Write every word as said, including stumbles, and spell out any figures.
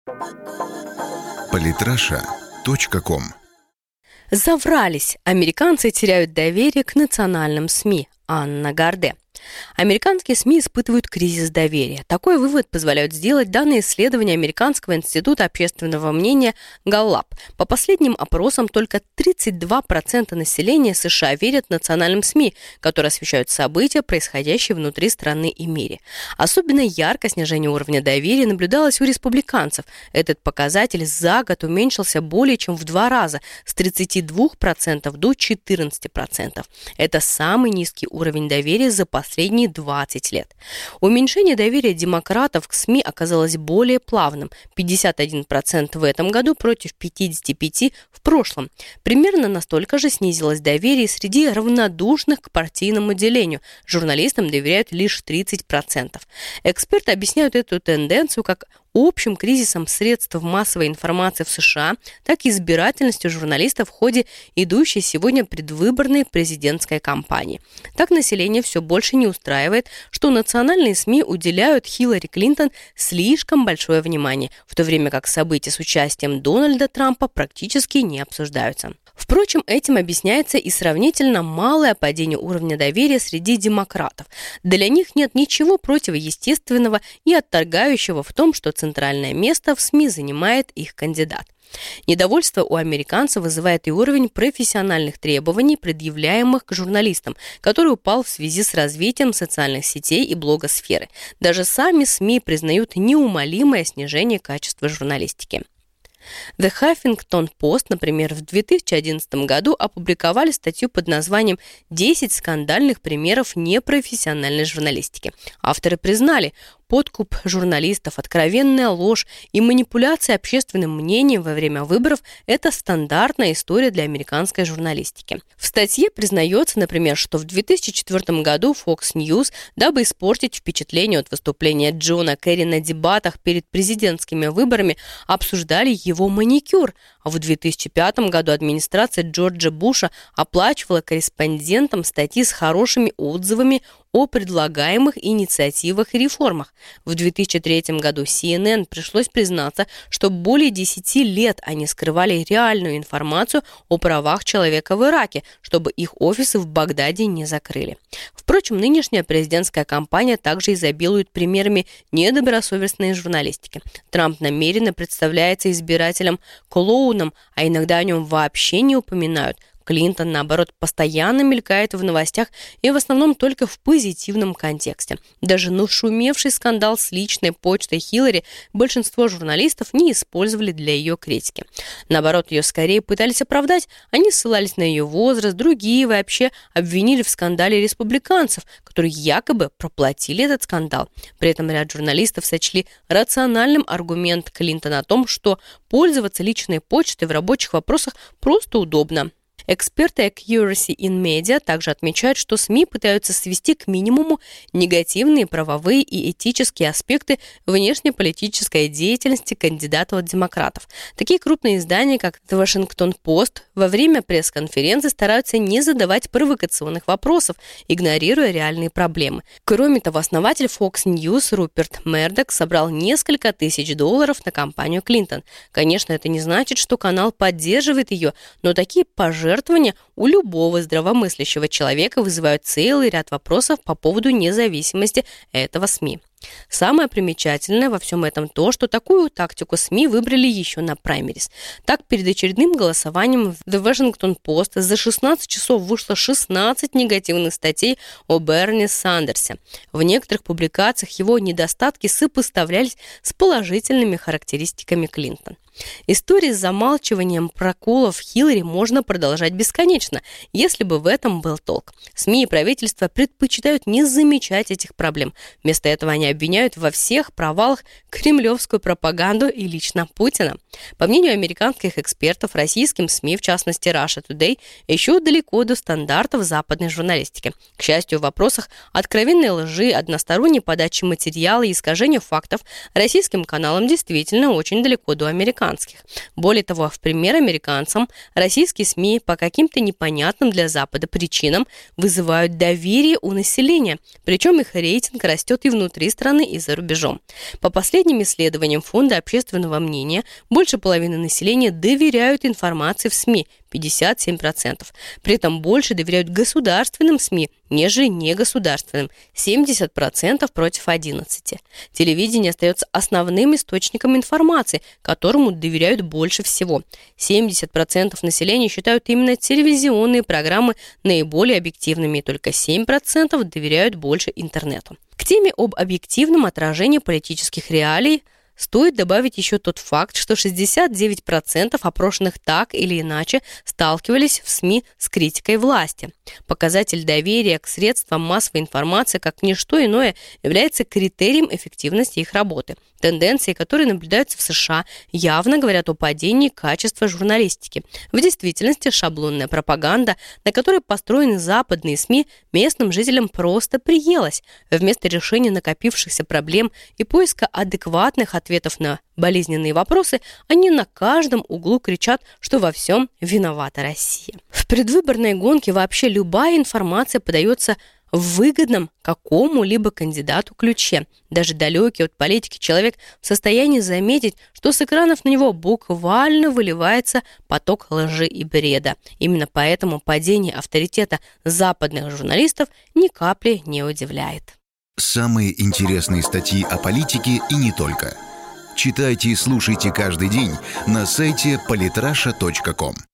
политраша точка ком. Заврались. Американцы теряют доверие к национальным СМИ. Анна Гарде. Американские СМИ испытывают кризис доверия. Такой вывод позволяют сделать данные исследования Американского института общественного мнения Gallup. По последним опросам, только тридцать два процента населения США верят национальным СМИ, которые освещают события, происходящие внутри страны и мире. Особенно ярко снижение уровня доверия наблюдалось у республиканцев. Этот показатель за год уменьшился более чем в два раза, с тридцати двух процентов до четырнадцати процентов. Это самый низкий уровень доверия за последние последние двадцать лет. Уменьшение доверия демократов к СМИ оказалось более плавным – пятьдесят один процент в этом году против пятидесяти пяти процентов в прошлом. Примерно настолько же снизилось доверие среди равнодушных к партийному делению. Журналистам доверяют лишь тридцать процентов. Эксперты объясняют эту тенденцию как общим кризисом средств массовой информации в США, так и избирательностью журналистов в ходе идущей сегодня предвыборной президентской кампании. Так население все больше не устраивает, что национальные СМИ уделяют Хиллари Клинтон слишком большое внимание, в то время как события с участием Дональда Трампа практически не обсуждаются. Впрочем, этим объясняется и сравнительно малое падение уровня доверия среди демократов. Для них нет ничего противоестественного и отторгающего в том, что центральное место в СМИ занимает их кандидат. Недовольство у американцев вызывает и уровень профессиональных требований, предъявляемых к журналистам, который упал в связи с развитием социальных сетей и блогосферы. Даже сами СМИ признают неумолимое снижение качества журналистики. The Huffington Post, например, в две тысячи одиннадцатом году опубликовали статью под названием «десять скандальных примеров непрофессиональной журналистики». Авторы признали, подкуп журналистов, откровенная ложь и манипуляция общественным мнением во время выборов – это стандартная история для американской журналистики. В статье признается, например, что в две тысячи четвёртом году Fox News, дабы испортить впечатление от выступления Джона Керри на дебатах перед президентскими выборами, обсуждали его маникюр, а в две тысячи пятом году администрация Джорджа Буша оплачивала корреспондентам статьи с хорошими отзывами о предлагаемых инициативах и реформах. В две тысячи третьем году си эн эн пришлось признаться, что более десяти лет они скрывали реальную информацию о правах человека в Ираке, чтобы их офисы в Багдаде не закрыли. Впрочем, нынешняя президентская кампания также изобилует примерами недобросовестной журналистики. Трамп намеренно представляется избирателям клоуном, а иногда о нем вообще не упоминают. Клинтон, наоборот, постоянно мелькает в новостях и в основном только в позитивном контексте. Даже нашумевший скандал с личной почтой Хиллари большинство журналистов не использовали для ее критики. Наоборот, ее скорее пытались оправдать, они ссылались на ее возраст, другие вообще обвинили в скандале республиканцев, которые якобы проплатили этот скандал. При этом ряд журналистов сочли рациональным аргумент Клинтона о том, что пользоваться личной почтой в рабочих вопросах просто удобно. Эксперты Accuracy in Media также отмечают, что СМИ пытаются свести к минимуму негативные правовые и этические аспекты внешнеполитической деятельности кандидатов от демократов. Такие крупные издания, как The Washington Post, во время пресс-конференции стараются не задавать провокационных вопросов, игнорируя реальные проблемы. Кроме того, основатель Fox News Руперт Мердок собрал несколько тысяч долларов на кампанию Клинтон. Конечно, это не значит, что канал поддерживает ее, но такие пожертвования Пожертвования у любого здравомыслящего человека вызывают целый ряд вопросов по поводу независимости этого СМИ. Самое примечательное во всем этом то, что такую тактику СМИ выбрали еще на праймерис. Так, перед очередным голосованием в The Washington Post за шестнадцать часов вышло шестнадцать негативных статей о Берни Сандерсе. В некоторых публикациях его недостатки сопоставлялись с положительными характеристиками Клинтон. Истории с замалчиванием проколов Хиллари можно продолжать бесконечно, если бы в этом был толк. СМИ и правительство предпочитают не замечать этих проблем. Вместо этого они обвиняют во всех провалах кремлевскую пропаганду и лично Путина. По мнению американских экспертов, российским СМИ, в частности Russia Today, еще далеко до стандартов западной журналистики. К счастью, в вопросах откровенной лжи, односторонней подачи материала и искажения фактов российским каналам действительно очень далеко до американских. Более того, в пример американцам российские СМИ по каким-то непонятным для Запада причинам вызывают доверие у населения, причем их рейтинг растет и внутри страны. страны и за рубежом. По последним исследованиям Фонда общественного мнения, больше половины населения доверяют информации в СМИ – пятьдесят семь процентов. При этом больше доверяют государственным СМИ, нежели негосударственным – семьдесят процентов против одиннадцати процентов. Телевидение остается основным источником информации, которому доверяют больше всего. семьдесят процентов населения считают именно телевизионные программы наиболее объективными, и только семь процентов доверяют больше интернету. К теме об объективном отражении политических реалий стоит добавить еще тот факт, что шестьдесят девять процентов опрошенных так или иначе сталкивались в СМИ с критикой власти. Показатель доверия к средствам массовой информации, как ничто иное, является критерием эффективности их работы. Тенденции, которые наблюдаются в США, явно говорят о падении качества журналистики. В действительности шаблонная пропаганда, на которой построены западные СМИ, местным жителям просто приелась. Вместо решения накопившихся проблем и поиска адекватных ответов на болезненные вопросы, они на каждом углу кричат, что во всем виновата Россия. В предвыборной гонке вообще любая информация подается в выгодном какому-либо кандидату ключе. Даже далекий от политики человек в состоянии заметить, что с экранов на него буквально выливается поток лжи и бреда. Именно поэтому падение авторитета западных журналистов ни капли не удивляет. Самые интересные статьи о политике и не только. Читайте и слушайте каждый день на сайте политраша точка ком.